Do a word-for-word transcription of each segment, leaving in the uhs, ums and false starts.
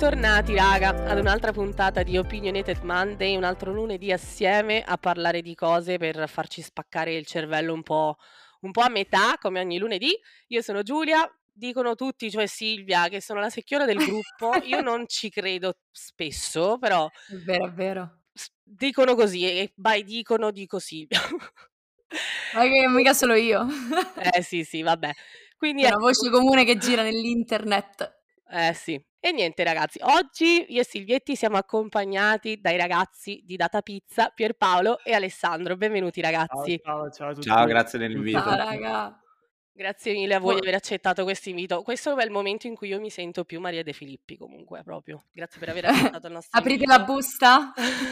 bentornati raga ad un'altra puntata di Opinionated Monday, un altro lunedì assieme a parlare di cose per farci spaccare il cervello un po', un po' a metà, come ogni lunedì. Io sono Giulia, dicono tutti, cioè Silvia, che sono la secchiora del gruppo. Io non ci credo spesso, però È vero, è vero. s- dicono così e by dicono dico Silvia. Ma che mica solo io. Eh sì, sì, vabbè. Quindi C'è una ecco, voce comune che gira nell'internet. eh sì. E niente ragazzi, oggi io e Silvietti siamo accompagnati dai ragazzi di Data Pizza, Pierpaolo e Alessandro. Benvenuti Ciao, ragazzi. ciao, ciao a Ciao, tutti. grazie Ciao dell'invito. raga. Grazie mille a voi di Boh, aver accettato questo invito. Questo è il momento in cui io mi sento più Maria De Filippi, comunque, proprio. Grazie per aver accettato il nostro aprite la invito. busta.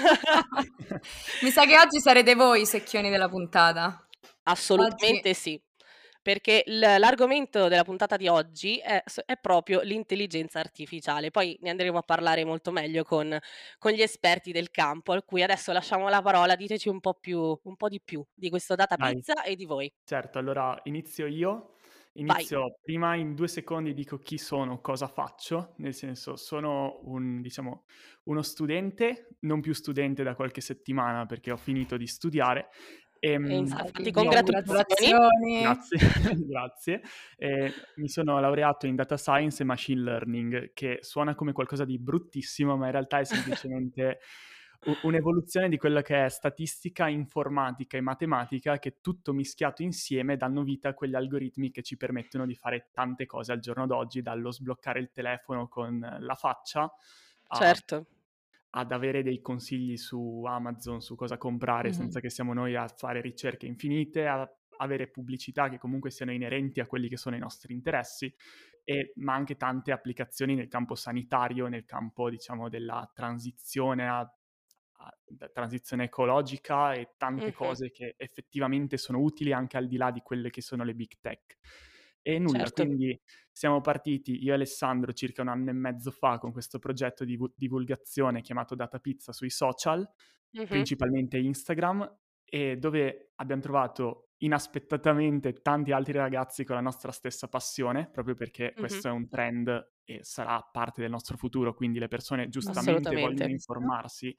Mi sa che oggi sarete voi i secchioni della puntata. Oggi Assolutamente sì, perché l- l'argomento della puntata di oggi è, è proprio l'intelligenza artificiale. Poi ne andremo a parlare molto meglio con, con gli esperti del campo, a cui adesso lasciamo la parola. Diteci un po' più, un po' di più di questo Data Dai, Pizza e di voi. certo, allora inizio io. Vai. Inizio prima in due secondi dico chi sono, cosa faccio, nel senso sono un, diciamo, uno studente, non più studente da qualche settimana perché ho finito di studiare. E Ehm, infatti, quindi congratulazioni. congratulazioni. Grazie, grazie. Eh, mi sono laureato in data science e machine learning, che suona come qualcosa di bruttissimo, ma in realtà è semplicemente u- un'evoluzione di quella che è statistica, informatica e matematica, che tutto mischiato insieme danno vita a quegli algoritmi che ci permettono di fare tante cose al giorno d'oggi, dallo sbloccare il telefono con la faccia a Certo. ad avere dei consigli su Amazon, su cosa comprare, Mhm. senza che siamo noi a fare ricerche infinite, a avere pubblicità che comunque siano inerenti a quelli che sono i nostri interessi, e, ma anche tante applicazioni nel campo sanitario, nel campo, diciamo, della transizione a, a- da transizione ecologica e tante Mhm. cose che effettivamente sono utili anche al di là di quelle che sono le big tech. E nulla, Certo. quindi siamo partiti io e Alessandro circa un anno e mezzo fa con questo progetto di vu- divulgazione chiamato Data Pizza sui social, Mhm. principalmente Instagram, e dove abbiamo trovato inaspettatamente tanti altri ragazzi con la nostra stessa passione, proprio perché Mhm. questo è un trend e sarà parte del nostro futuro, quindi le persone giustamente vogliono Assolutamente. informarsi.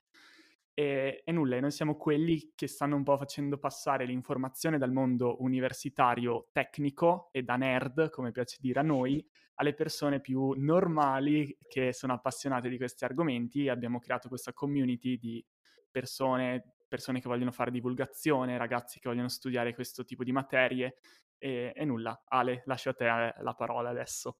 E, e nulla, e noi siamo quelli che stanno un po' facendo passare l'informazione dal mondo universitario tecnico e da nerd, come piace dire a noi, alle persone più normali che sono appassionate di questi argomenti. Abbiamo creato questa community di persone, persone che vogliono fare divulgazione, ragazzi che vogliono studiare questo tipo di materie. E, e nulla, Ale, lascio a te eh, la parola adesso.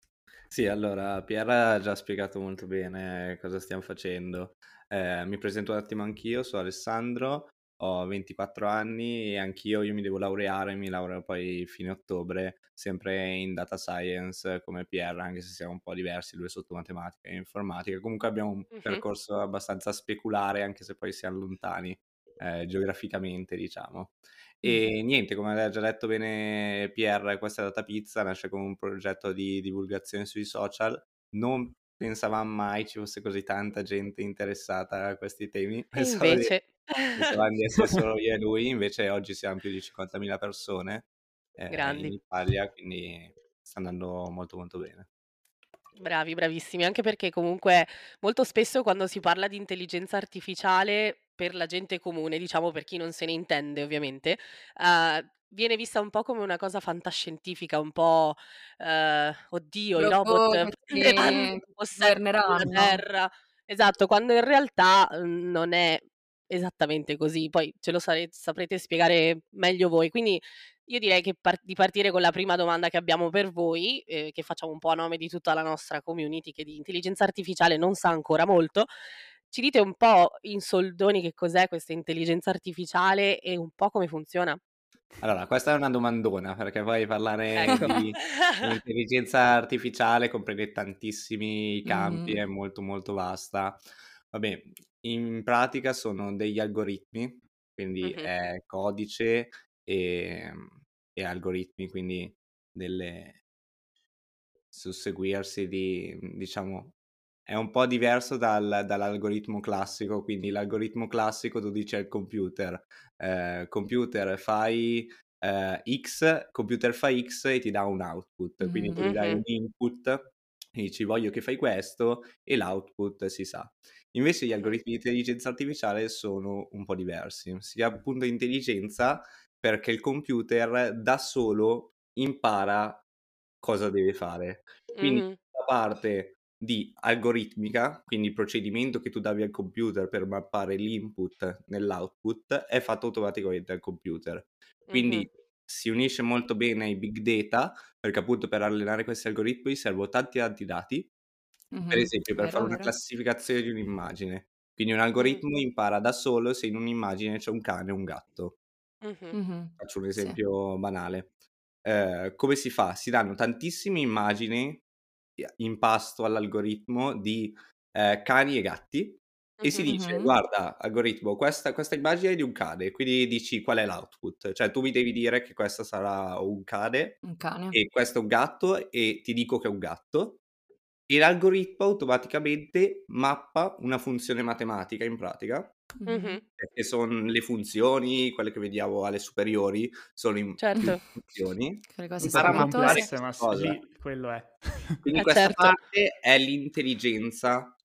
Sì, allora, Pier ha già spiegato molto bene cosa stiamo facendo. Eh, mi presento un attimo anch'io, sono Alessandro, ho ventiquattro anni e anch'io io mi devo laureare, mi laureo poi fine ottobre, sempre in data science come Pier, anche se siamo un po' diversi, lui è sotto matematica e informatica. Comunque abbiamo un Mhm. percorso abbastanza speculare, anche se poi siamo lontani, eh, geograficamente, diciamo. E niente, come aveva già detto bene Pier, questa è Data Pizza, nasce come un progetto di divulgazione sui social. Non pensavamo mai ci fosse così tanta gente interessata a questi temi. E Pensavo di, invece, pensavamo di essere solo io e lui, invece oggi siamo più di cinquantamila persone eh, in grandi. Italia, quindi sta andando molto molto bene. Bravi, bravissimi, anche perché comunque molto spesso quando si parla di intelligenza artificiale per la gente comune, diciamo per chi non se ne intende ovviamente, eh, viene vista un po' come una cosa fantascientifica, un po' eh, oddio, i robot Robot che prenderanno, ti posseggeranno la governeranno. Terra. Esatto, quando in realtà mm, non è esattamente così, poi ce lo sare- saprete spiegare meglio voi. Quindi io direi che par- di partire con la prima domanda che abbiamo per voi, eh, che facciamo un po' a nome di tutta la nostra community che di intelligenza artificiale non sa ancora molto. Ci dite un po' in soldoni che cos'è questa intelligenza artificiale e un po' come funziona? Allora, questa è una domandona, perché poi parlare Ecco. di intelligenza artificiale comprende tantissimi campi, è Mhm. molto molto vasta. Vabbè, in pratica sono degli algoritmi, quindi Mhm. è codice e, e algoritmi, quindi delle susseguirsi di, diciamo, è un po' diverso dal- dall'algoritmo classico, quindi l'algoritmo classico tu dici al computer, eh, computer fai eh, X, computer fa X e ti dà un output, quindi tu gli dai un Mhm. Mhm. input e dici voglio che fai questo e l'output si sa. Invece gli Mh-mh. algoritmi di intelligenza artificiale sono un po' diversi. Si chiama appunto intelligenza perché il computer da solo impara cosa deve fare. Quindi Mh-mh. la parte di algoritmica, quindi il procedimento che tu davi al computer per mappare l'input nell'output, è fatto automaticamente dal computer. Quindi Mh-mh. si unisce molto bene ai big data, perché appunto per allenare questi algoritmi servono tanti tanti dati. Per Mh-mh. esempio, per fare Vero, una vero. classificazione di un'immagine. Quindi un Mh. algoritmo impara da solo se in un'immagine c'è un cane o un gatto. Mh-mh. Mh-mh. Faccio un Sì. esempio banale. Ehm, come si fa? Si danno tantissime immagini ia in pasto all'algoritmo di, ehm, cani e gatti e si Mh-mh. dice: Mh-mh. "Guarda algoritmo, questa questa immagine è di un cane", quindi dici qual è l'output. Cioè tu mi devi dire che questa sarà un cane Un cane. e questo è un gatto e ti dico che è un gatto e l'algoritmo automaticamente mappa una funzione matematica in pratica, Mh-mh. Mh-mh. eh, che son le funzioni, quelle che vediamo alle superiori, sono in Certo. funzioni, Quelle cose Un po' impara a più mappare spaventose. complesse, questa ma s cosa. lì quello è. Quindi Eh questa certo. parte è l'intelligenza Sì,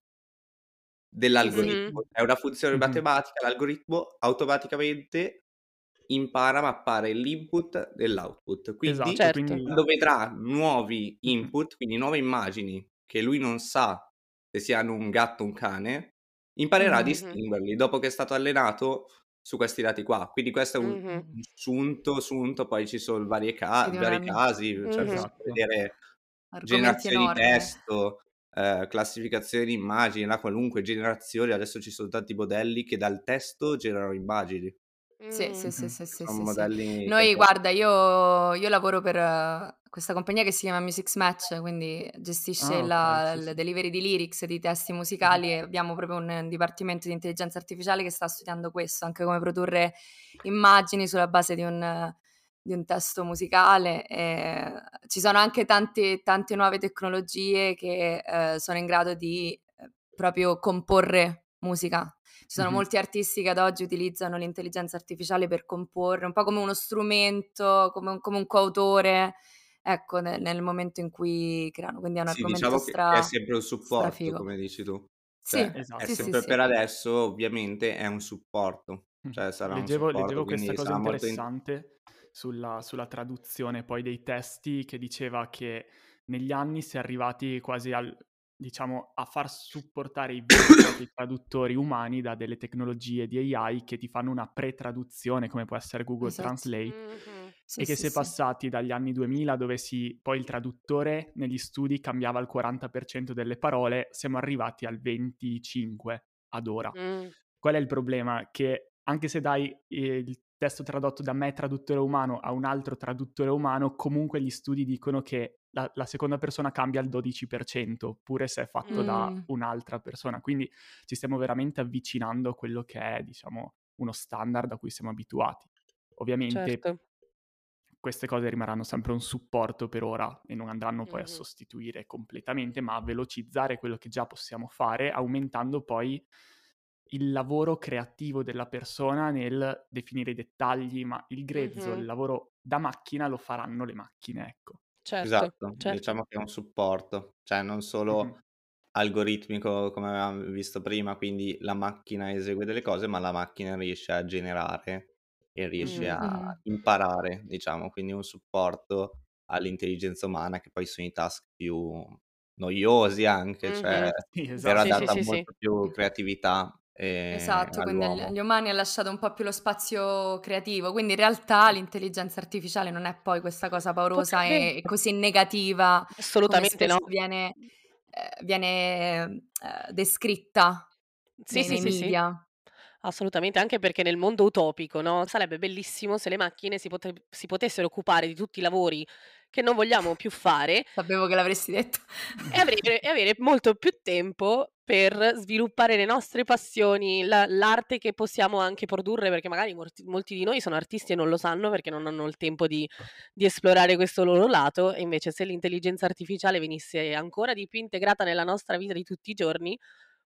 sì. Mh-mh. dell'algoritmo. È una funzione Mh-mh. matematica, l'algoritmo automaticamente impara a mappare l'input dell'output. Quindi Esatto, Certo. quindi quando vedrà nuovi mh-mh. input, quindi nuove immagini che lui non sa se siano un gatto o un cane, imparerà a Mh-mh. Mh-mh. distinguerli dopo che è stato allenato su questi dati qua. Quindi questo è un Mh-mh. Mh. un sunto sunto, poi ci son varie ca Sì, di vari una casi, cioè Mh-mh. possiamo Esatto. vedere argomenti generazione di enormi. testo, ehm, classificazione di immagini, la qualunque generazione, adesso ci sono tanti modelli che dal testo generano immagini. Sì, Mh. sì, sì, Mh-mh. sì, sì, Sono sì, sì. modelli Noi completti. guarda, io io lavoro per eh, questa compagnia che si chiama Music Match, quindi gestisce Ah, okay, la sì, il sì. delivery di lyrics, di testi Mh-mh. musicali e abbiamo proprio un dipartimento di intelligenza artificiale che sta studiando questo, anche come produrre immagini sulla base di un di un testo musicale. Ehm, ci sono anche tanti tante nuove tecnologie che, ehm, sono in grado di, ehm, proprio comporre musica. Ci sono Mh-mh. molti artisti che ad oggi utilizzano l'intelligenza artificiale per comporre, un po' come uno strumento, come un come un coautore, ecco, ne nel momento in cui creano, quindi è un Sì, argomento diciamo che che è stra sempre un supporto, strafigo. come dici tu. Sì, Cioè, è Esatto. sì, sì, sempre sì. per adesso ovviamente è un supporto, Mh. cioè sarà un Leggevo supporto, leggevo questa quindi cosa sarà molto in interessante sulla sulla traduzione poi dei testi, che diceva che negli anni si è arrivati quasi al diciamo, a far supportare i veri e propri traduttori umani da delle tecnologie di A I che ti fanno una pre-traduzione, come può essere Google Esatto. Translate, Mh-mh. Sì, e che sì, si è sì. passati dagli anni duemila, dove si poi il traduttore negli studi cambiava il quaranta per cento delle parole, siamo arrivati al venticinque ad ora. Mh. Qual è il problema? Che anche se dai, ehm, il testo tradotto da me traduttore umano a un altro traduttore umano, comunque gli studi dicono che la la seconda persona cambia il dodici per cento, pure se è fatto da Mh. un'altra persona. Quindi ci stiamo veramente avvicinando a quello che è, diciamo, uno standard a cui siamo abituati. Ovviamente Certo. queste cose rimarranno sempre un supporto per ora e non andranno poi a Mh-mh. sostituire completamente, ma a velocizzare quello che già possiamo fare, aumentando poi il lavoro creativo della persona nel definire i dettagli, ma il grezzo, il Mh-mh. lavoro da macchina lo faranno le macchine, ecco. Certo, esatto, certo. diciamo che è un supporto, cioè non Mh-mh. solo algoritmico come avevamo visto prima, quindi la macchina esegue delle cose, ma la macchina riesce a generare e riesce Mh. a Mh-mh. imparare, diciamo, quindi un supporto all'intelligenza umana che poi sono i task più noiosi anche, cioè Mh-mh. Sì, verrà Sì, sì, esatto. data sì, sì. molto più creatività, ehm, Esatto, quindi agli all'uomo. agli umani ha lasciato un po' più lo spazio creativo, quindi in realtà l'intelligenza artificiale non è poi questa cosa paurosa Potrebbe e e così negativa come assolutamente no. spesso viene ehm, viene, ehm, descritta Sì, nei sì, nei sì, sì. media. Assolutamente, anche perché nel mondo utopico, no, sarebbe bellissimo se le macchine si pote si potessero occupare di tutti i lavori che non vogliamo più fare Sapevo che l'avresti detto. e avere e avere molto più tempo per sviluppare le nostre passioni, la l'arte che possiamo anche produrre, perché magari molti molti di noi sono artisti e non lo sanno perché non hanno il tempo di di esplorare questo loro lato, e invece se l'intelligenza artificiale venisse ancora di più integrata nella nostra vita di tutti i giorni,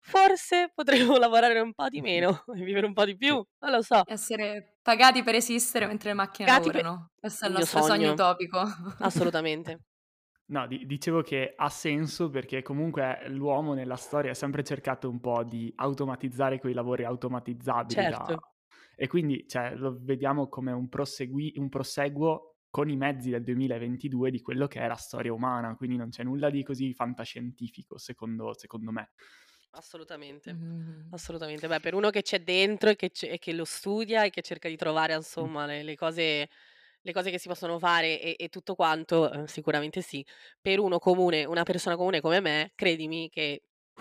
forse potremmo lavorare un po' di meno e vivere un po' di più, Sì. non lo so. Essere pagati per esistere mentre le macchine Pagati pe lavorano. Questo è il il mio nostro sogno sogno, utopico. assolutamente. No, di- dicevo che ha senso perché comunque l'uomo nella storia ha sempre cercato un po' di automatizzare quei lavori automatizzabili da... Certo. e quindi cioè, lo vediamo come un, prosegui- un proseguo con i mezzi del duemilaventidue di quello che è la storia umana, quindi non c'è nulla di così fantascientifico secondo, secondo me. Assolutamente, Mm. assolutamente. Beh, per uno che c'è dentro e che, ce- e che lo studia e che cerca di trovare, insomma, le, le cose, le cose che si possono fare e, e tutto quanto, eh, sicuramente sì. Per uno comune, una persona comune come me, credimi che...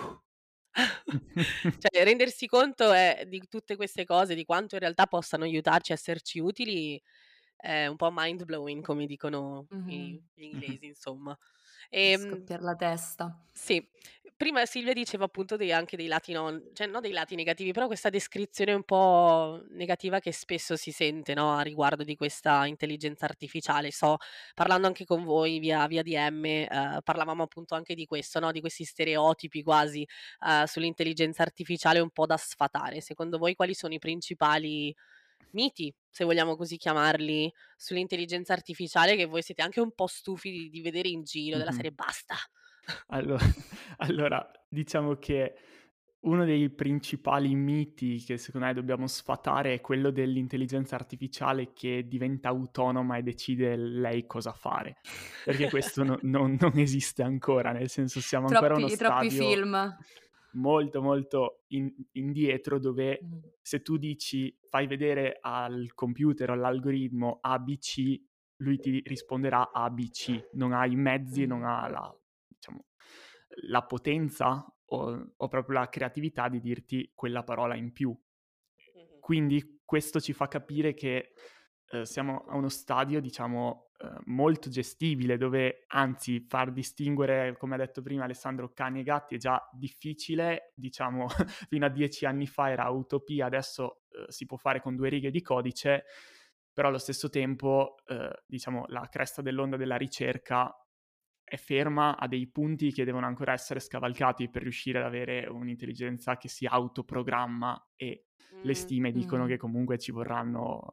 Cioè, rendersi conto è, di tutte queste cose, di quanto in realtà possano aiutarci a esserci utili, è un po' mind blowing, come dicono i- Mhm. gli inglesi, insomma. Fa Ehm, scoppiare la testa. sì, prima Silvia diceva appunto dei, anche dei lati non, cioè non dei lati negativi, però questa descrizione un po' negativa che spesso si sente, no, a riguardo di questa intelligenza artificiale. So, parlando anche con voi via, via D M, eh, parlavamo appunto anche di questo, no, di questi stereotipi quasi eh, sull'intelligenza artificiale un po' da sfatare. Secondo voi quali sono i principali miti, se vogliamo così chiamarli, sull'intelligenza artificiale che voi siete anche un po' stufi di, di vedere in giro, della Mhm. serie basta? Allora, allora, diciamo che uno dei principali miti che secondo me dobbiamo sfatare è quello dell'intelligenza artificiale che diventa autonoma e decide lei cosa fare, perché questo no- non, non esiste ancora, nel senso siamo ancora a uno Troppi, troppi stadio film. molto molto in- indietro dove Mm. se tu dici fai vedere al computer, all'algoritmo A B C, lui ti risponderà A B C, non ha i mezzi e non Mm. ha la, diciamo, la potenza o, o proprio la creatività di dirti quella parola in più. Mhm. Quindi questo ci fa capire che eh, siamo a uno stadio, diciamo, eh, molto gestibile, dove anzi far distinguere, come ha detto prima Alessandro, cani e gatti è già difficile, diciamo, fino a dieci anni fa era utopia, adesso eh, si può fare con due righe di codice, però allo stesso tempo, eh, diciamo, la cresta dell'onda della ricerca è ferma a dei punti che devono ancora essere scavalcati per riuscire ad avere un'intelligenza che si autoprogramma e le Mm, stime dicono Mm. che comunque ci vorranno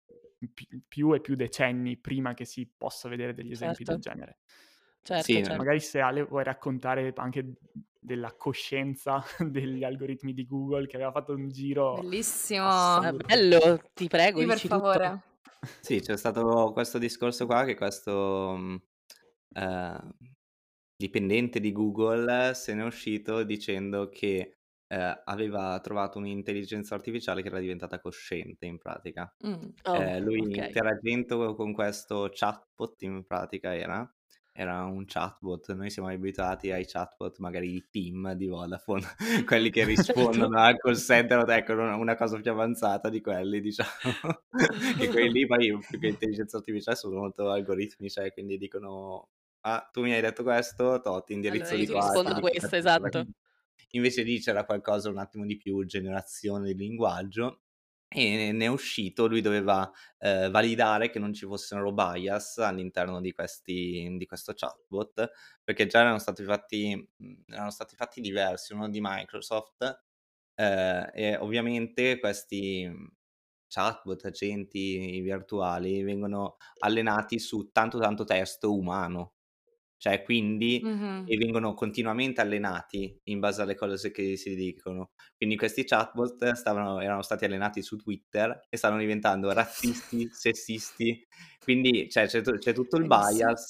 pi- più e più decenni prima che si possa vedere degli esempi del certo, genere. certo, Sì, certo. Magari se Ale vuoi raccontare anche della coscienza degli algoritmi di Google che aveva fatto un giro Bellissimo. Ah, assurdo. bello, ti prego, Sì, per dici tutto. favore. sì, c'è stato questo discorso qua che questo mh, eh, dipendente di Google se n'è uscito dicendo che eh, aveva trovato un'intelligenza artificiale che era diventata cosciente in pratica. Mm. Oh, Eh, lui ok. interagendo con questo chatbot in pratica era, era un chatbot, noi siamo abituati ai chatbot magari di Team, di Vodafone, quelli Mhm, che certo. rispondono al call center, ecco una, una cosa più avanzata di quelli diciamo, che quelli lì poi più che intelligenza artificiale sono molto algoritmi, cioè quindi dicono ah tu mi hai detto questo, to, ti Allora indirizzo io di Ci ti qua, ti rispondo sta. dico questo, questa cosa. esatto. Invece lì c'era qualcosa un attimo di più generazione di linguaggio e ne è uscito, lui doveva eh, validare che non ci fossero bias all'interno di questi di questo chatbot, perché già erano stati fatti mh, erano stati fatti diversi, uno di Microsoft eh, e ovviamente questi mh, chatbot, agenti virtuali vengono allenati su tanto tanto testo umano. Cioè, quindi Mhm. e vengono continuamente allenati in base alle cose che si dicono. Quindi questi chatbot stavano erano stati allenati su Twitter e stavano diventando razzisti, sessisti, quindi cioè c'è tu c'è tutto il Benissimo. bias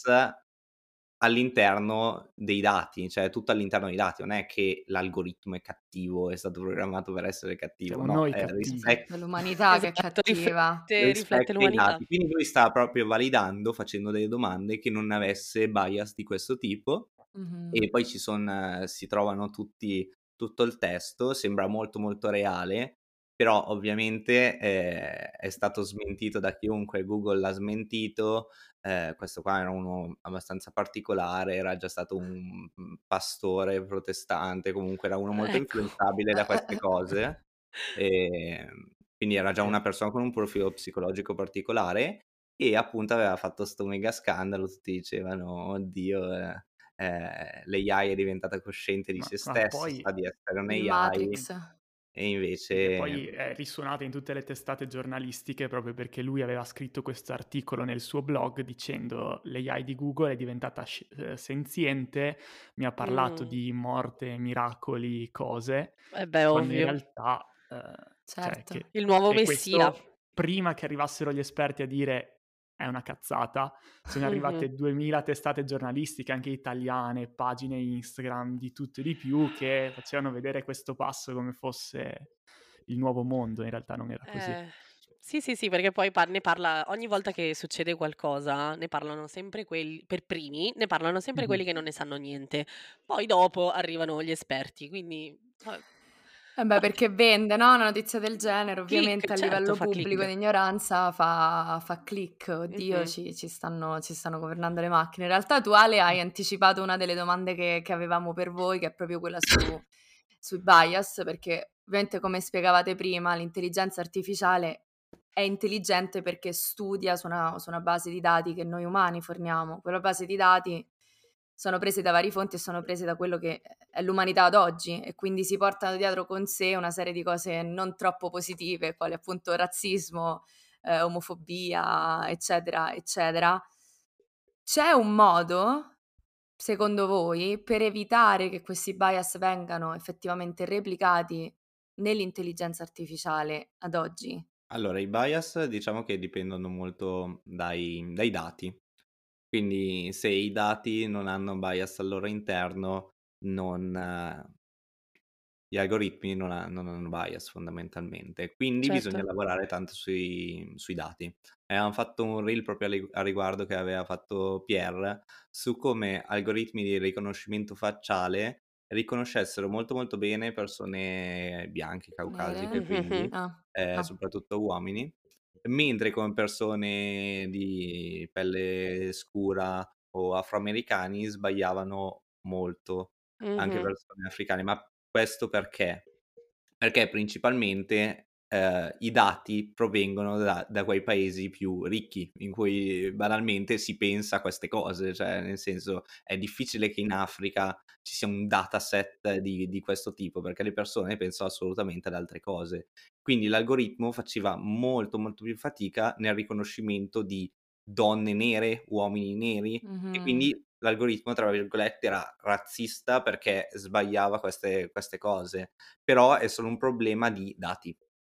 all'interno dei dati, cioè tutto all'interno dei dati, non è che l'algoritmo è cattivo, è stato programmato per essere cattivo, Siamo no, noi è cattivi. rispecchia È l'umanità che è Esatto, cattiva. riflette, riflette rispecchia i l'umanità. dati. Quindi lui sta proprio validando, facendo delle domande che non avesse bias di questo tipo Mhm. e poi ci son si trovano tutti tutto il testo, sembra molto molto reale, però ovviamente eh, è stato smentito da chiunque, Google l'ha smentito, eh, questo qua era uno abbastanza particolare, era già stato un un pastore protestante, comunque era uno molto Ecco. influenzabile da queste cose, e, quindi era già Sì. una persona con un profilo psicologico particolare e appunto aveva fatto sto mega scandalo, tutti dicevano, oddio, eh, eh, l'A I è diventata cosciente di Ma, se ma stessa, poi sa di essere un Il A I Matrix. e Che invece... poi è risuonata in tutte le testate giornalistiche proprio perché lui aveva scritto questo articolo nel suo blog dicendo l'A I di Google è diventata sci- eh, senziente, mi ha parlato Mm. di morte, miracoli, cose, Eh beh, quando in ovvio. realtà, eh, cioè Certo. che, Il nuovo e messia. questo prima che arrivassero gli esperti a dire è una cazzata, sono Mhm. arrivate duemila testate giornalistiche, anche italiane, pagine Instagram, di tutto e di più, che facevano vedere questo passo come fosse il nuovo mondo. In realtà non era così. Eh, sì, sì, sì, perché poi par- ne parla ogni volta che succede qualcosa, ne parlano sempre quelli, per primi, ne parlano sempre Mhm. quelli che non ne sanno niente. Poi dopo arrivano gli esperti, quindi eh, Eh beh, ma perché vende, no? Una notizia del genere, click, ovviamente a certo, livello fa pubblico click. di ignoranza fa, fa click, oddio, Mhm. ci, ci stanno, ci stanno governando le macchine. In realtà tu, Ale, hai anticipato una delle domande che, che avevamo per voi, che è proprio quella su, sui bias, perché ovviamente come spiegavate prima, l'intelligenza artificiale è intelligente perché studia su una, su una base di dati che noi umani forniamo. Quella base di dati sono prese da vari fonti e sono prese da quello che è l'umanità ad oggi e quindi si portano dietro con sé una serie di cose non troppo positive, quali appunto razzismo, eh, omofobia, eccetera, eccetera. C'è un modo, secondo voi, per evitare che questi bias vengano effettivamente replicati nell'intelligenza artificiale ad oggi? Allora, i bias diciamo che dipendono molto dai, dai dati. Quindi se i dati non hanno bias al loro interno, non, eh, gli algoritmi non, ha- non hanno bias fondamentalmente. Quindi bisogna Certo. lavorare tanto sui, sui dati. Avevamo fatto un reel proprio a, li- a riguardo che aveva fatto Pierre su come algoritmi di riconoscimento facciale riconoscessero molto molto bene persone bianche, caucasiche, Nere? Mhm. quindi Ah, eh, ah. soprattutto uomini, mentre con persone di pelle scura o afroamericani sbagliavano molto, anche Mhm. persone africane. Ma questo perché? Perché principalmente eh, i dati provengono da, da quei paesi più ricchi, in cui banalmente si pensa a queste cose, cioè nel senso è difficile che in Africa ci sia un dataset di, di questo tipo, perché le persone pensano assolutamente ad altre cose. Quindi l'algoritmo faceva molto molto più fatica nel riconoscimento di donne nere, uomini neri, e Mhm. quindi l'algoritmo, tra virgolette, era razzista perché sbagliava queste, queste cose. Però è solo un problema di dati,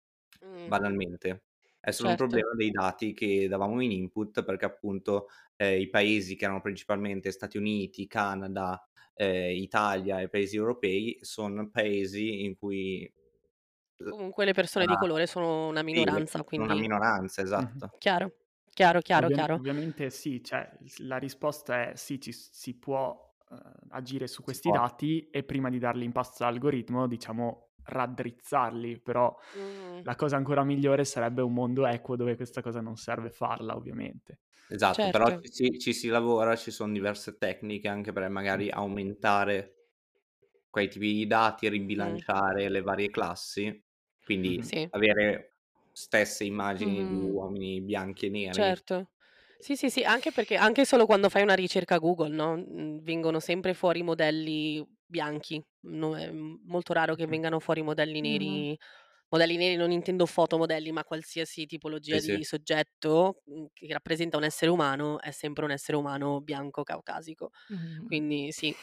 Mm. banalmente. È solo un Certo. problema dei dati che davamo in input perché appunto eh, i paesi che erano principalmente Stati Uniti, Canada, eh, Italia e paesi europei sono paesi in cui Comunque le persone di era, colore sono una sì, le- minoranza, sono una quindi minoranza, Mhm. esatto. chiaro, chiaro, chiaro, Ovvia- chiaro. ovviamente sì, cioè, la risposta è sì, ci, si può eh, agire su Si questi può. dati e prima di darli in pasto all'algoritmo, diciamo, raddrizzarli, però Mm. la cosa ancora migliore sarebbe un mondo equo dove questa cosa non serve farla, ovviamente. Esatto, però Certo. ci si, ci si lavora, ci sono diverse tecniche anche per magari aumentare quei tipi di dati, Mhm. ribilanciare le varie classi, quindi Mhm. Sì. avere stesse immagini di Mhm. uomini bianchi e neri. Certo. Sì, sì, sì, anche perché anche solo quando fai una ricerca Google, no, mhmm, vengono sempre fuori modelli bianchi. No, è, mhmm, molto raro che Mhm. vengano fuori modelli Mhm. neri. Modelli neri non intendo fotomodelli, ma qualsiasi tipologia Sì, sì. di soggetto, mhmm, che rappresenta un essere umano, è sempre un essere umano bianco caucasico. Mhm. Quindi sì.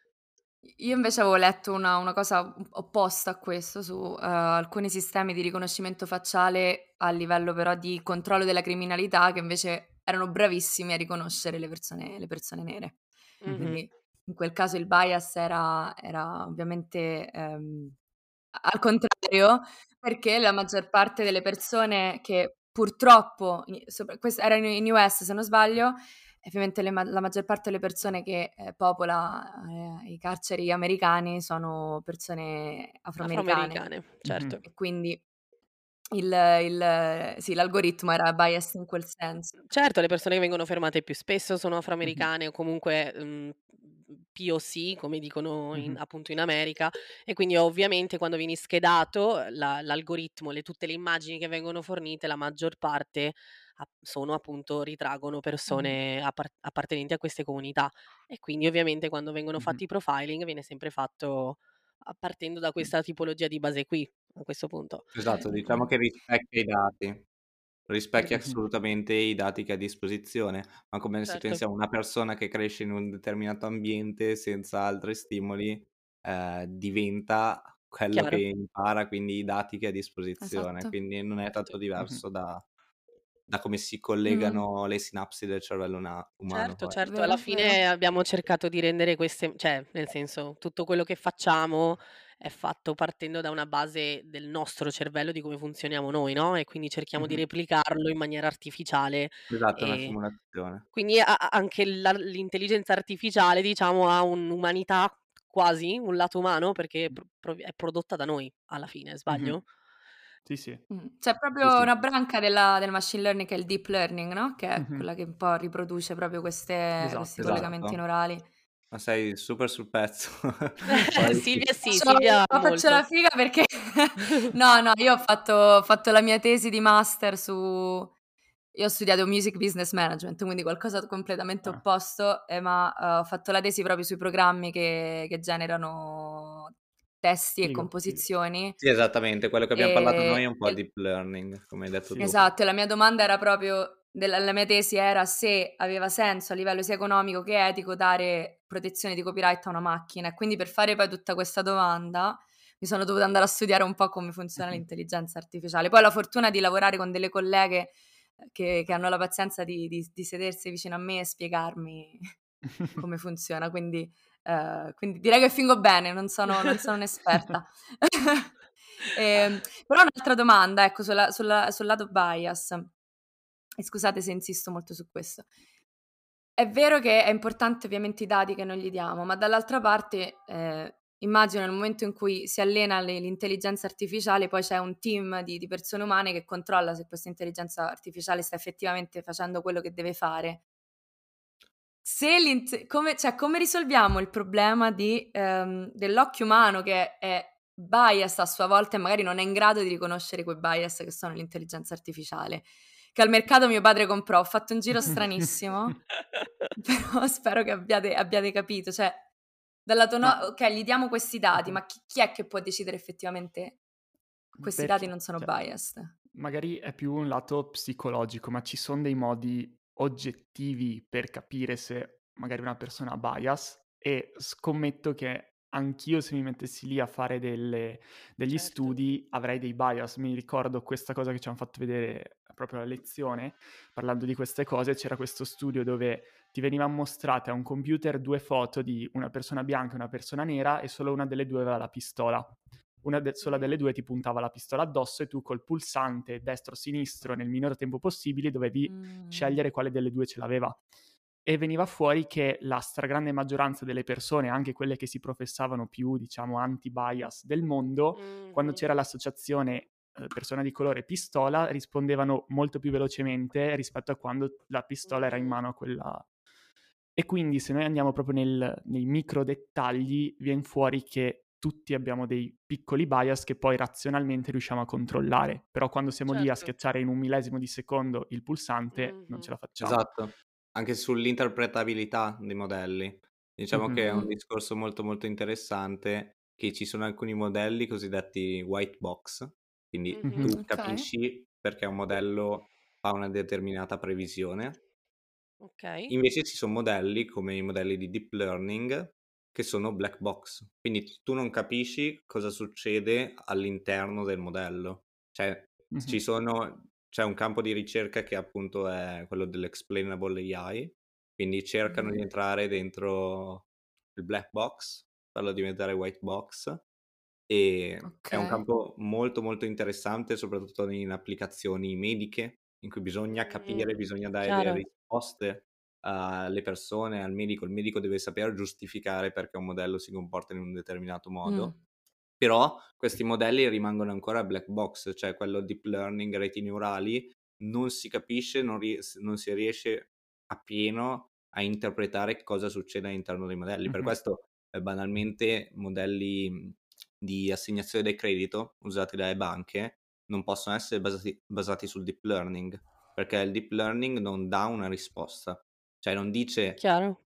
Io invece avevo letto una, una cosa opposta a questo su eh, alcuni sistemi di riconoscimento facciale a livello però di controllo della criminalità che invece erano bravissimi a riconoscere le persone, le persone nere. Mhm. Mh-mh. Quindi in quel caso il bias era, era ovviamente ehm, al contrario, perché la maggior parte delle persone che purtroppo, i- sopra- questo era in, in U S se non sbaglio, e ovviamente le ma- la maggior parte delle persone che eh, popola eh, i carceri americani sono persone afroamericane Afroamericane, Mhm. certo. e quindi il, il- sì, l'algoritmo era biased in quel senso. Certo, le persone che vengono fermate più spesso sono Mhm. afroamericane o comunque, mhmm, P O C come dicono in Mhm. appunto in America, e quindi ovviamente quando vieni schedato la l'algoritmo, le tutte le immagini che vengono fornite, la maggior parte ap sono appunto ritraggono Mhm. persone appar appartenenti a queste comunità, e quindi ovviamente quando vengono Mhm. fatti i profiling viene sempre fatto a partendo da questa tipologia di base qui. a questo punto. Esatto, diciamo Mm-mm. che rispecchia i dati, rispecchia Mm, Mhm. assolutamente i dati che ha a disposizione, ma come se certo, pensiamo a una persona che cresce in un determinato ambiente senza altri stimoli, eh, diventa quello che chiaro. impara, quindi i dati che ha a disposizione, Esatto. quindi non è tanto Sì. Mhm. diverso da, da come si Mm, collegano le sinapsi del cervello una- umano. Certo, Poi. certo, alla vero, vero. fine abbiamo cercato di rendere queste, cioè, nel senso, tutto quello che facciamo è fatto partendo da una base del nostro cervello, di come funzioniamo noi, no? E quindi cerchiamo di Mhm. replicarlo in maniera artificiale. Esatto, è una E simulazione. quindi a- a- anche la- l'intelligenza artificiale, diciamo, ha un'umanità quasi, un lato umano, perché è, pro- pro- è prodotta da noi, alla fine, Mhm. sbaglio? Sì, sì. Mm. C'è Sì, proprio sì. una branca della- del machine learning che è il deep learning, no? Che è Mhm. quella che un po' riproduce proprio queste- questi Esatto. collegamenti Esatto, neurali. ma sei super sul pezzo. Poi sì. Silvia sì, Faccio, Silvia faccio la molto. figa perché no, no, io ho fatto, ho fatto la mia tesi di master su... Io ho studiato Music Business Management, quindi qualcosa completamente Ah, opposto, eh, ma eh, ho fatto la tesi proprio sui programmi che, che generano testi e figo, figo. composizioni. Sì, esattamente, quello che abbiamo parlato noi è E, un po' e- deep learning, come hai detto Sì, tu. sì. esatto, e la mia domanda era proprio, della, la mia tesi era se aveva senso a livello sia economico che etico dare protezione di copyright a una macchina. E quindi per fare poi tutta questa domanda mi sono dovuta andare a studiare un po' come funziona Mhm. l'intelligenza artificiale. Poi ho la fortuna di lavorare con delle colleghe eh, che, che hanno la pazienza di, di- di sedersi vicino a me e spiegarmi come funziona. Quindi, eh, quindi direi che fingo bene, non sono, non sono un'esperta. Ehm, però un'altra domanda, ecco, sulla- sulla- sul lato bias. E scusate se insisto molto su questo. È vero che è importante ovviamente i dati che noi gli diamo, ma dall'altra parte eh, immagino nel momento in cui si allena le- l'intelligenza artificiale, poi c'è un team di, di persone umane che controlla se questa intelligenza artificiale sta effettivamente facendo quello che deve fare. Se l'int- come, cioè, come risolviamo il problema di, ehm, dell'occhio umano che è bias a sua volta e magari non è in grado di riconoscere quei bias che sono l'intelligenza artificiale? Che al mercato mio padre comprò. Ho fatto un giro stranissimo, però spero che abbiate, abbiate capito. Cioè, dal lato no, Ma ok, gli diamo questi dati, mhm. ma chi, chi è che può decidere effettivamente questi dati Perché, non sono cioè, biased? magari è più un lato psicologico, ma ci sono dei modi oggettivi per capire se magari una persona ha bias e scommetto che anch'io se mi mettessi lì a fare delle- degli Certo. studi avrei dei bias. Mi ricordo questa cosa che ci hanno fatto vedere proprio alla lezione, parlando di queste cose, c'era questo studio dove ti venivano mostrate a un computer due foto di una persona bianca e una persona nera e solo una delle due aveva la pistola. Una de- sola delle Mhm. due ti puntava la pistola addosso e tu col pulsante destro-sinistro nel minor tempo possibile dovevi Mm. scegliere quale delle due ce l'aveva. E veniva fuori che la stragrande maggioranza delle persone, anche quelle che si professavano più, diciamo, anti-bias del mondo, quando Mhm. c'era l'associazione eh, persona di colore pistola, rispondevano molto più velocemente rispetto a quando la pistola era in Mhm. mano a quella. E quindi se noi andiamo proprio nel- nei micro dettagli, viene fuori che tutti abbiamo dei piccoli bias che poi razionalmente riusciamo a controllare, però quando siamo lì a Certo. schiacciare in un millesimo di secondo il pulsante non Mhm. ce la facciamo. Esatto, anche sull'interpretabilità dei modelli. Diciamo Mhm. che è un Mm. discorso molto molto interessante, che ci sono alcuni modelli cosiddetti white box, quindi Mhm. Mhm. tu Ok. capisci perché un modello fa una determinata previsione. Ok. Invece ci sono modelli come i modelli di deep learning che sono black box, quindi tu non capisci cosa succede all'interno del modello. Cioè, ci Mhm. sono, c'è un campo di ricerca che appunto è quello dell'explainable A I, quindi cercano di Mhm. entrare dentro il black box, farlo diventare white box, e Ok. è un campo molto molto interessante, soprattutto in applicazioni mediche, in cui bisogna capire, Mhm. bisogna dare delle Chiaro. risposte alle persone, al medico. Il medico deve saper giustificare perché un modello si comporta in un determinato modo. Mm. Però questi modelli rimangono ancora black box, cioè quello deep learning, reti neurali, non si capisce, non, ries- non si riesce appieno a interpretare cosa succede all'interno dei modelli. Per Mhm. questo, eh, banalmente, modelli mh, di assegnazione del credito usati dalle banche non possono essere basati, basati sul deep learning, perché il deep learning non dà una risposta, cioè non dice Chiaro.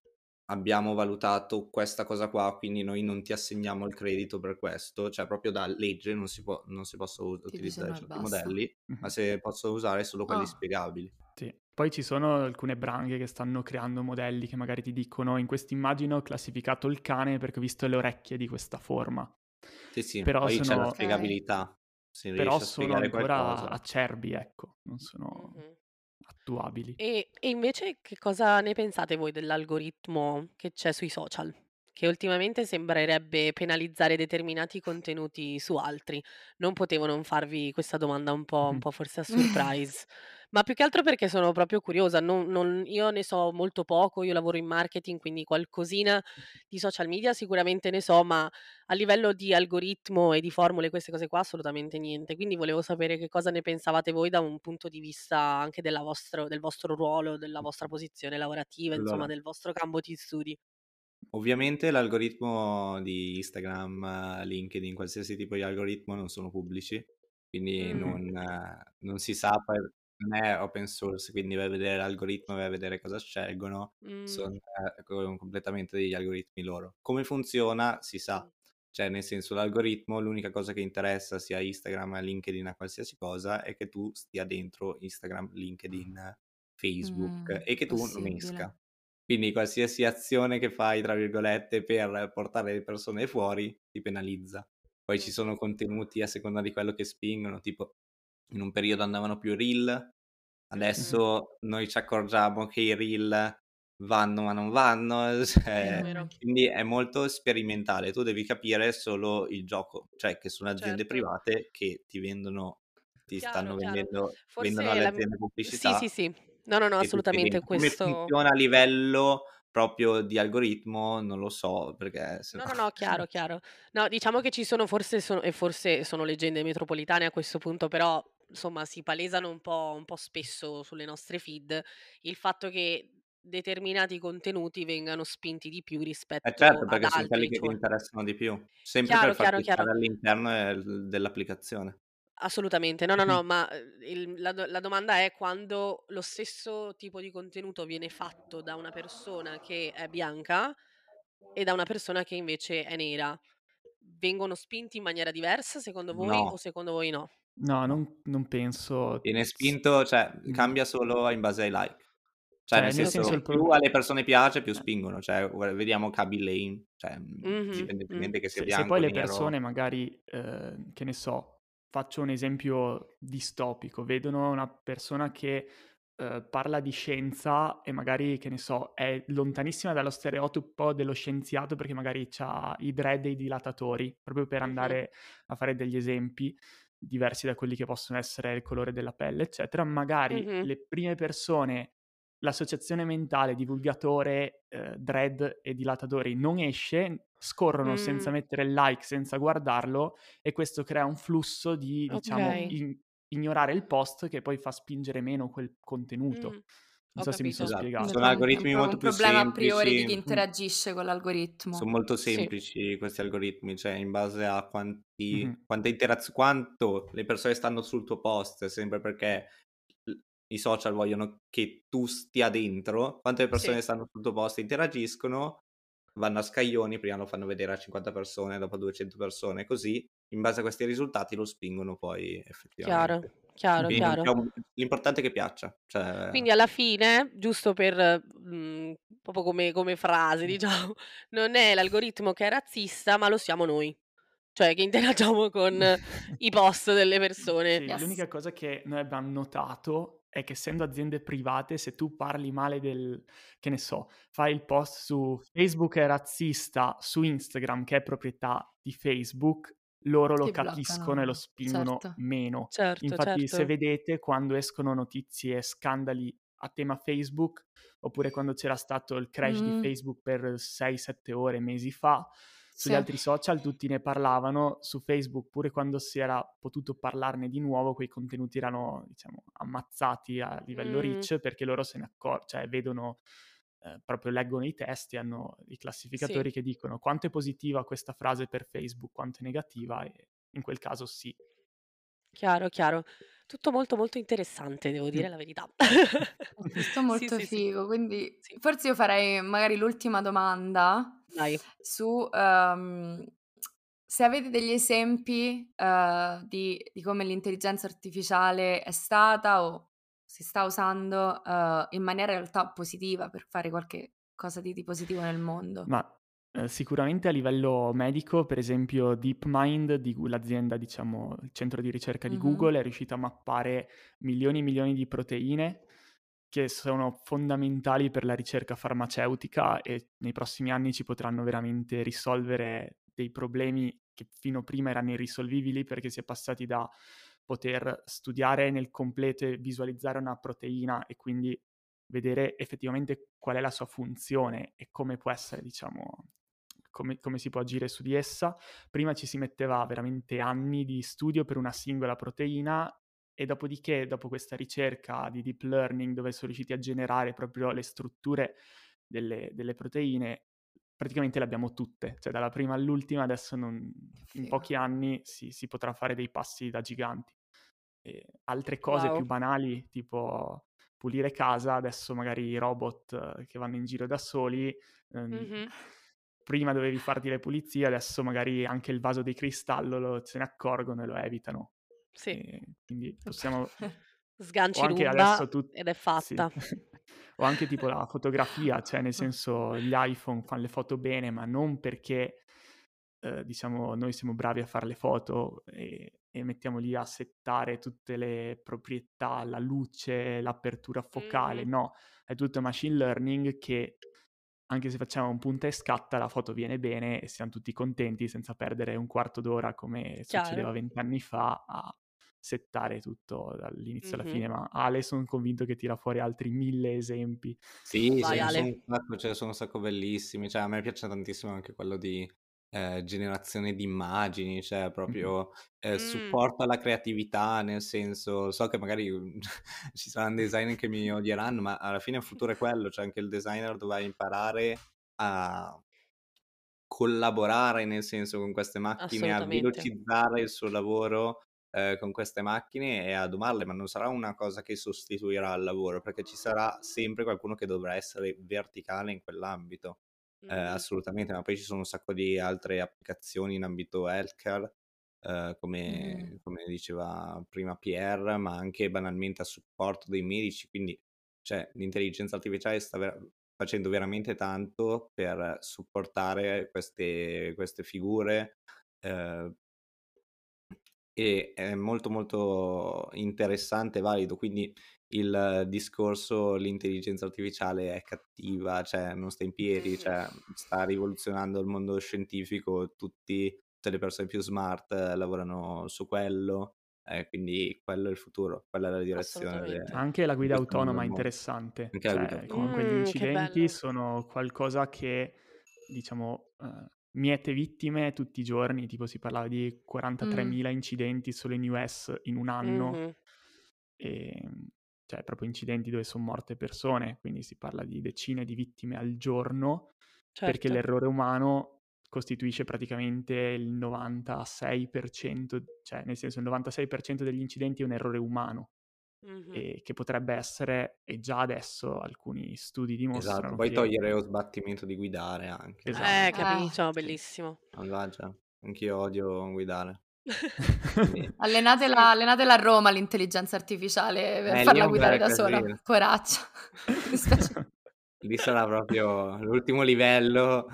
abbiamo valutato questa cosa qua, quindi noi non ti assegniamo il credito per questo, cioè proprio da legge non si può, non si possono u- Ti utilizzare dicono e certi basta. modelli, ma Mhm. se possono usare solo quelli Ah, spiegabili. Sì. Poi ci sono alcune branghe che stanno creando modelli che magari ti dicono in questa immagine ho classificato il cane perché ho visto le orecchie di questa forma. Sì, sì, Però poi c'è la sono, ok. spiegabilità, si però riesce a sono spiegare ancora qualcosa. acerbi, ecco, non sono Mhm. attuabili. E, e invece che cosa ne pensate voi dell'algoritmo che c'è sui social? Che ultimamente sembrerebbe penalizzare determinati contenuti su altri. Non potevo non farvi questa domanda un po', un po' forse a surprise, ma più che altro perché sono proprio curiosa. Non- non- io ne so molto poco, io lavoro in marketing, quindi qualcosina di social media sicuramente ne so, ma a livello di algoritmo e di formule, queste cose qua, assolutamente niente. Quindi volevo sapere che cosa ne pensavate voi da un punto di vista anche della vostro- del vostro ruolo, della vostra posizione lavorativa, insomma, Allora, del vostro campo di studi. ovviamente l'algoritmo di Instagram, eh, LinkedIn, qualsiasi tipo di algoritmo non sono pubblici, quindi Mm, non, eh, non si sa, poi non è open source, quindi vai a vedere l'algoritmo, vai a vedere cosa scelgono, mm, sono eh, co- completamente degli algoritmi loro. Come funziona si sa, mm, cioè nel senso l'algoritmo, l'unica cosa che interessa sia Instagram, a LinkedIn, a qualsiasi cosa, è che tu stia dentro Instagram, LinkedIn, Facebook Mm, e che tu non possibile. esca. Quindi qualsiasi azione che fai, tra virgolette, per portare le persone fuori ti penalizza. Poi ci sono mhm, contenuti a seconda di quello che spingono, tipo in un periodo andavano più reel, mhm. adesso noi ci accorgiamo che i reel vanno ma non vanno, Vero, cioè, vero. Mm, quindi è molto sperimentale, tu devi capire solo il gioco, cioè che sono aziende Certo. private che ti vendono, ti Chiaro, stanno chiaro. vendendo, vendono Forse alle la... aziende Sì, sì, pubblicità sì. No, no, no, e tu stai assolutamente dentro. Come questo. funziona a livello proprio di algoritmo non lo so, perché se No, no no, no, chiaro, chiaro. No, diciamo che ci sono forse, sono, e forse sono leggende metropolitane a questo punto, però insomma si palesano un po', un po' spesso sulle nostre feed il fatto che determinati contenuti vengano spinti di più eh rispetto certo, ad perché son quelli altri, che ti cioè. interessano di più, sempre per Chiaro, far chiaro, chiaro. cliccare all'interno del dell'applicazione. Assolutamente. No, no, Mhm. no, ma, ehm, il la do la domanda è quando lo stesso tipo di contenuto viene fatto da una persona che è bianca e da una persona che invece è nera. Vengono spinti in maniera diversa secondo voi o No, secondo voi no? No, no. non, non penso. Viene s- spinto, cioè mm, cambia solo in base ai like. Cioè nel Cioè, nel senso Okay. il senso, più pro- alle persone piace, più eh, spingono. Cioè, guarda, vediamo Khaby Lame, cioè, mhmm, Mh-mh, mh. indipendentemente che sia se, se poi bianco, le nero. persone magari, eh, che ne so, faccio un esempio distopico, vedono una persona che eh, parla di scienza e magari, che ne so, è lontanissima dallo stereotipo dello scienziato perché magari ha i dread e i dilatatori, proprio per Mh-mh, andare a fare degli esempi diversi da quelli che possono essere il colore della pelle, eccetera. Magari mh-mh. le prime persone, l'associazione mentale divulgatore, eh, dread e dilatatori non esce, scorrono senza Mh, mettere il like, senza guardarlo, e questo crea un flusso di, diciamo, okay. in- ignorare il post che poi fa spingere meno quel Mh, contenuto. Non ho so se mi sono capito. Esatto. quindi è Sono spiegato. pro- è un, algoritmi pro- un molto più problema a priori di chi semplici. Mm. interagisce con Sono l'algoritmo. molto Sì. semplici questi algoritmi, cioè in base a Mhm. quanti, quante interaz- quanto le persone stanno sul tuo post, sempre perché l- i social vogliono che tu stia dentro, quante le Sì, persone stanno sul tuo post e interagiscono, vanno a scaglioni, prima lo fanno vedere a cinquanta persone, dopo a duecento persone, così in base a questi risultati lo spingono poi chiaro, effettivamente. chiaro, Mhm. Quindi non chiaro. c'è un- l'importante è che piaccia, cioè Quindi alla fine, giusto per, mhmm, proprio come come frase diciamo, non è l'algoritmo che è razzista, ma lo siamo noi. Cioè che interagiamo con i post delle persone. Sì, Yes. l'unica cosa che noi abbiamo notato è che essendo aziende private, se tu parli male del, che ne so, fai il post su Facebook è razzista, su Instagram che è proprietà di Facebook, loro lo Ti capiscono e lo bloccano, spingono certo. meno. Certo, Infatti, se certo. vedete, quando escono notizie e scandali a tema Facebook, oppure quando c'era stato il crash di Mm, Facebook per sei sette ore mesi fa, sugli sì. altri social tutti ne parlavano, su Facebook pure quando si era potuto parlarne di nuovo, quei contenuti erano, diciamo, ammazzati a livello Mh, reach perché loro se ne accorgono, cioè vedono, eh, proprio leggono i testi, hanno i sì. classificatori che dicono quanto è positiva questa frase per Facebook, quanto è negativa, e in quel caso sì. Chiaro, chiaro. Tutto molto, molto interessante, devo dire Mm. la verità. Tutto Sì, molto sì, sì. figo, quindi Sì. forse io farei magari l'ultima domanda Vai. su ehm, se avete degli esempi eh, di, di come l'intelligenza artificiale è stata o si sta usando eh, in maniera in realtà positiva per fare qualche cosa di, di positivo nel mondo. Ma eh, sicuramente a livello medico, per esempio DeepMind, di gu- l'azienda, diciamo, il centro di ricerca di Mhm. Google, è riuscita a mappare milioni e milioni di proteine che sono fondamentali per la ricerca farmaceutica e nei prossimi anni ci potranno veramente risolvere dei problemi che fino prima erano irrisolvibili, perché si è passati da poter studiare nel completo e visualizzare una proteina e quindi vedere effettivamente qual è la sua funzione e come può essere, diciamo, come, come si può agire su di essa. Prima ci si metteva veramente anni di studio per una singola proteina e dopodiché, dopo questa ricerca di deep learning, dove sono riusciti a generare proprio le strutture delle, delle proteine, praticamente le abbiamo tutte, cioè dalla prima all'ultima, adesso non, in Figo. pochi anni si, si potrà fare dei passi da giganti. E altre cose Wow. più banali, tipo pulire casa, adesso magari i robot eh, che vanno in giro da soli, ehm, Mhm. prima dovevi farti le pulizie, adesso magari anche il vaso di cristallo lo- se ne accorgono e lo evitano. Sì. E quindi possiamo... O Sganci anche Roomba adesso tu... ed è Sì. fatta. O anche tipo la fotografia, cioè nel senso gli iPhone fanno le foto bene, ma non perché eh, diciamo noi siamo bravi a fare le foto e, e mettiamo lì a settare tutte le proprietà, la luce, l'apertura focale, Mhm. no, è tutto machine learning che anche se facciamo un punta e scatta la foto viene bene e siamo tutti contenti senza perdere un quarto d'ora come succedeva Chiaro. vent'anni fa a settare tutto dall'inizio alla Mhm. fine, ma Ale sono convinto che tira fuori altri mille esempi. Sì, ce Vai ne sono Ale. un sacco, ce ne sono un sacco bellissimi. Cioè, a me piace tantissimo anche quello di eh, generazione di immagini, cioè Mhm. proprio eh, Mm. supporta la creatività, nel senso, so che magari ci saranno designer che mi odieranno, ma alla fine il futuro è quello, cioè anche il designer dovrà imparare a collaborare, nel senso, con queste macchine, a Assolutamente. velocizzare il suo lavoro eh, con queste macchine e a domarle, ma non sarà una cosa che sostituirà il lavoro, perché ci sarà sempre qualcuno che dovrà essere verticale in quell'ambito. Eh, Mhm. assolutamente, ma poi ci sono un sacco di altre applicazioni in ambito healthcare, eh, Mhm. come, come diceva prima Pierre, ma anche banalmente a supporto dei medici, quindi cioè, l'intelligenza artificiale sta ver- facendo veramente tanto per supportare queste, queste figure eh, e è molto molto interessante e valido, quindi il discorso l'intelligenza artificiale è cattiva, cioè non sta in piedi, Mhm. cioè sta rivoluzionando il mondo scientifico, tutti, tutte le persone più smart eh, lavorano su quello, eh, quindi quello è il futuro, quella è la direzione Assolutamente. de- Anche la in guida cui sta andando autonoma il è mondo. interessante, Anche la guida cioè comunque gli autonoma. Mm, che incidenti bello. sono qualcosa che, diciamo, eh, miete vittime tutti i giorni, tipo si parlava di Mm. quarantatremila incidenti solo in U S in un anno, Mhm. e, cioè proprio incidenti dove sono morte persone, quindi si parla di decine di vittime al giorno, perché Certo. l'errore umano costituisce praticamente il novantasei per cento, cioè nel senso il novantasei per cento degli incidenti è un errore umano, Mhm. e che potrebbe essere, e già adesso alcuni studi Esatto, dimostrano poi che... togliere lo sbattimento di guidare anche. Esatto, Eh, Eh, capito, sì. bellissimo. Mannaggia, anch'io odio guidare. Quindi, allenatela, Sì. allenatela a Roma l'intelligenza artificiale per eh, lì è farla un guidare bel da sola. casino. Poraccia. Mi dispiace. Lì sarà proprio l'ultimo livello.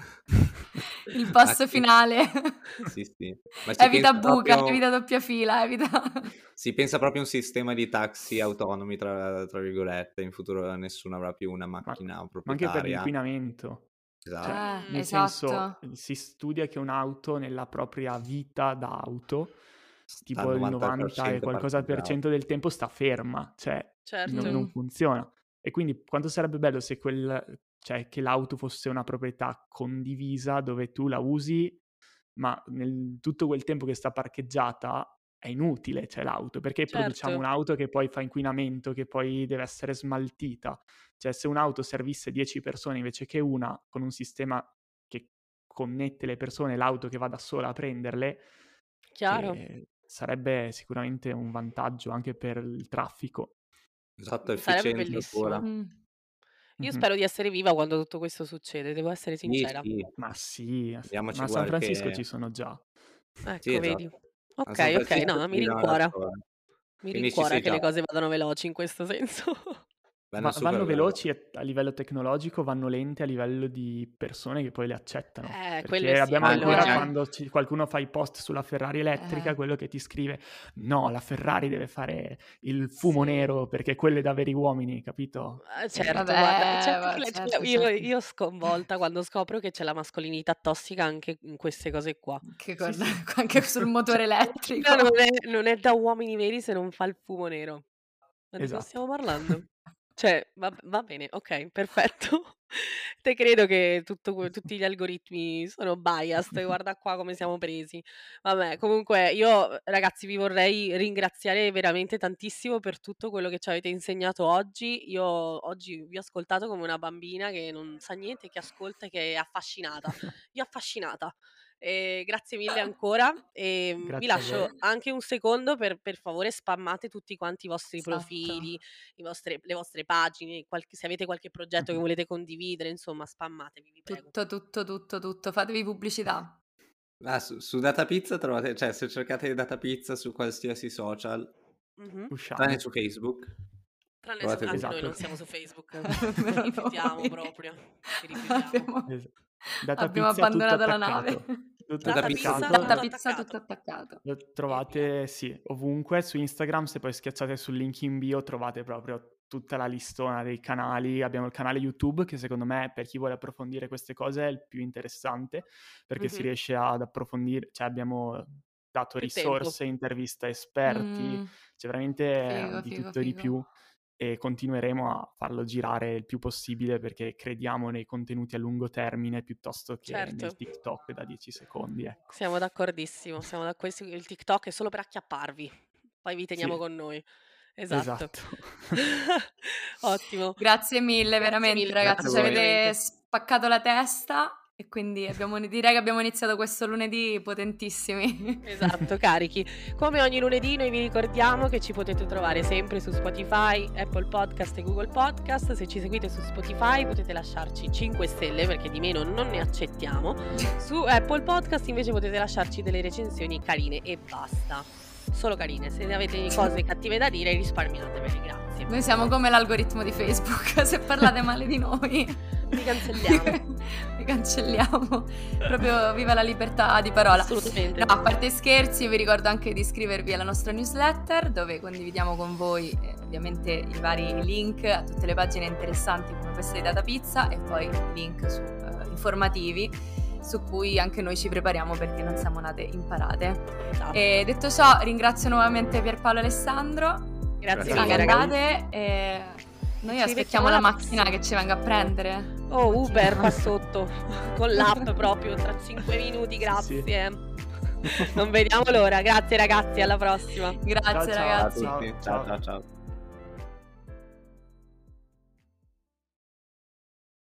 Il Ma boss che- finale. Sì, sì. Ma si Evita pensa buca, proprio, evita doppia fila, evita... si pensa proprio a un sistema di taxi autonomi, tra, tra virgolette. In futuro nessuno avrà più una ma, macchina ma anche per proprietaria. l'inquinamento. Esatto. Cioè, Eh, Mm. nel senso, esatto. si studia che un'auto nella propria vita d'auto, Sta al tipo il novanta per novanta e cento qualcosa per parcheggiato. cento del tempo sta ferma, cioè no- Certo. non Mhm. funziona. E quindi quanto sarebbe bello se quel, cioè, che l'auto fosse una proprietà condivisa dove tu la usi, ma nel tutto quel tempo che sta parcheggiata è inutile, cioè l'auto, perché produciamo Certo. un'auto che poi fa inquinamento, che poi deve essere smaltita. Cioè, se un'auto servisse dieci persone invece che una, con un sistema che connette le persone, l'auto che va da sola a prenderle, Chiaro. e sarebbe sicuramente un vantaggio anche per il traffico. Esatto, Sarebbe efficienza bellissimo. pura. Mm. Io Mhm. spero di essere viva quando tutto questo succede, devo essere Sì, sincera. sì, Ma sì, a- diamoci ma a San Francisco qualche... ci sono già. Sì, Ecco, vedi. esatto. A Ok, San ok, Francisco no, ci mi vedono da rincuora. sola. Mi Quindi ci rincuora sei che già. le cose vadano veloci in questo senso. Vanno Va- super vanno veloci. veloci e- a livello tecnologico, vanno lenti a livello di persone che poi le accettano. Eh, Perché quelle sì, abbiamo Anche, quello ancora Eh, anche... quando ci- qualcuno fa i post sulla Ferrari elettrica, eh, quello che ti scrive no, la Ferrari deve fare il fumo sì. nero perché quello è da veri uomini, capito? Eh, E- Certo, guarda, c'è vabbè, anche va- la- certo, cioè, io, certo. io sconvolta quando scopro che c'è la mascolinità tossica anche in queste cose qua. Che Sì, cosa? sì. Anche sul Cioè, motore la macchina non elettrico. è, non è da uomini veri se non fa il fumo nero. Ma di cosa Esatto. stiamo parlando? Cioè, va, va bene, ok, perfetto. Te credo che tutto que- tutti gli algoritmi sono biased, guarda qua come siamo presi. Vabbè, comunque io ragazzi vi vorrei ringraziare veramente tantissimo per tutto quello che ci avete insegnato oggi. Io oggi vi ho ascoltato come una bambina che non sa niente, che ascolta e che è affascinata. Vi ho affascinata. Eh, grazie mille ancora e mm, vi Grazie a lascio voi. anche un secondo per, per favore spammate tutti quanti i vostri Esatto. profili, i vostre- le vostre pagine, qualche- se avete qualche progetto che volete condividere, insomma, spammatevi, vi prego. Tutto, tutto, tutto, tutto. Fatevi pubblicità. Ah, su, su Data Pizza trovate, cioè se cercate Data Pizza su qualsiasi social, Mhm. Usciamo. tranne su Facebook, Tranne su, trovate anche tutto. noi non Esatto. siamo su Facebook, Almeno ci rifiutiamo noi. proprio, ci rifiutiamo. Abbiamo, Es- Data abbiamo Pizza tutto abbandonato la nave. attaccato. Tutto Data Data Pizza Pizza, tutto Data tutto attaccato. pizza attaccato. tutto attaccato. Lo E via. trovate, sì, ovunque su Instagram, se poi schiacciate sul link in bio trovate proprio tutta la listona dei canali. Abbiamo il canale YouTube che secondo me per chi vuole approfondire queste cose è il più interessante perché si Mhm. riesce ad approfondire, cioè abbiamo dato Più tempo. risorse, interviste a esperti, Mm, c'è veramente figo, di figo, tutto e di figo. più e continueremo a farlo girare il più possibile perché crediamo nei contenuti a lungo termine piuttosto che nel Certo, TikTok da dieci secondi, ecco. siamo d'accordissimo, siamo d'accordissimo. Il TikTok è solo per acchiapparvi, poi vi teniamo Sì, con noi. Esatto. esatto. Ottimo. Grazie mille, Grazie veramente, mille, ragazzi. Grazie a Ci voi. avete veramente. spaccato la testa e quindi abbiamo, direi che abbiamo iniziato questo lunedì potentissimi. Esatto, carichi. Come ogni lunedì noi vi ricordiamo che ci potete trovare sempre su Spotify, Apple Podcast e Google Podcast. Se ci seguite su Spotify potete lasciarci cinque stelle perché di meno non ne accettiamo. Su Apple Podcast invece potete lasciarci delle recensioni carine e basta. Solo carine. Se avete cose cattive da dire risparmiatevele, grazie. Noi siamo come l'algoritmo di Facebook, se parlate male di noi Vi cancelliamo. vi cancelliamo. Proprio viva la libertà di parola. Assolutamente. No, a parte scherzi, vi ricordo anche di iscrivervi alla nostra newsletter dove condividiamo con voi eh, ovviamente i vari link a tutte le pagine interessanti come questa di Data Pizza e poi link su, eh, informativi su cui anche noi ci prepariamo perché non siamo nate imparate. Esatto. E detto ciò, ringrazio nuovamente Pierpaolo e Alessandro. Grazie Grazie mille, a voi. ragazzi. Andate e noi Ci aspettiamo rivediamo la alla macchina prossima. che ci venga a prendere. Oh, Uber qua sotto con l'app proprio tra cinque minuti, Sì, grazie. Non vediamo l'ora. Grazie ragazzi, alla prossima. Grazie Ciao, ciao. ragazzi. Ciao a tutti. Ciao. Ciao ciao ciao.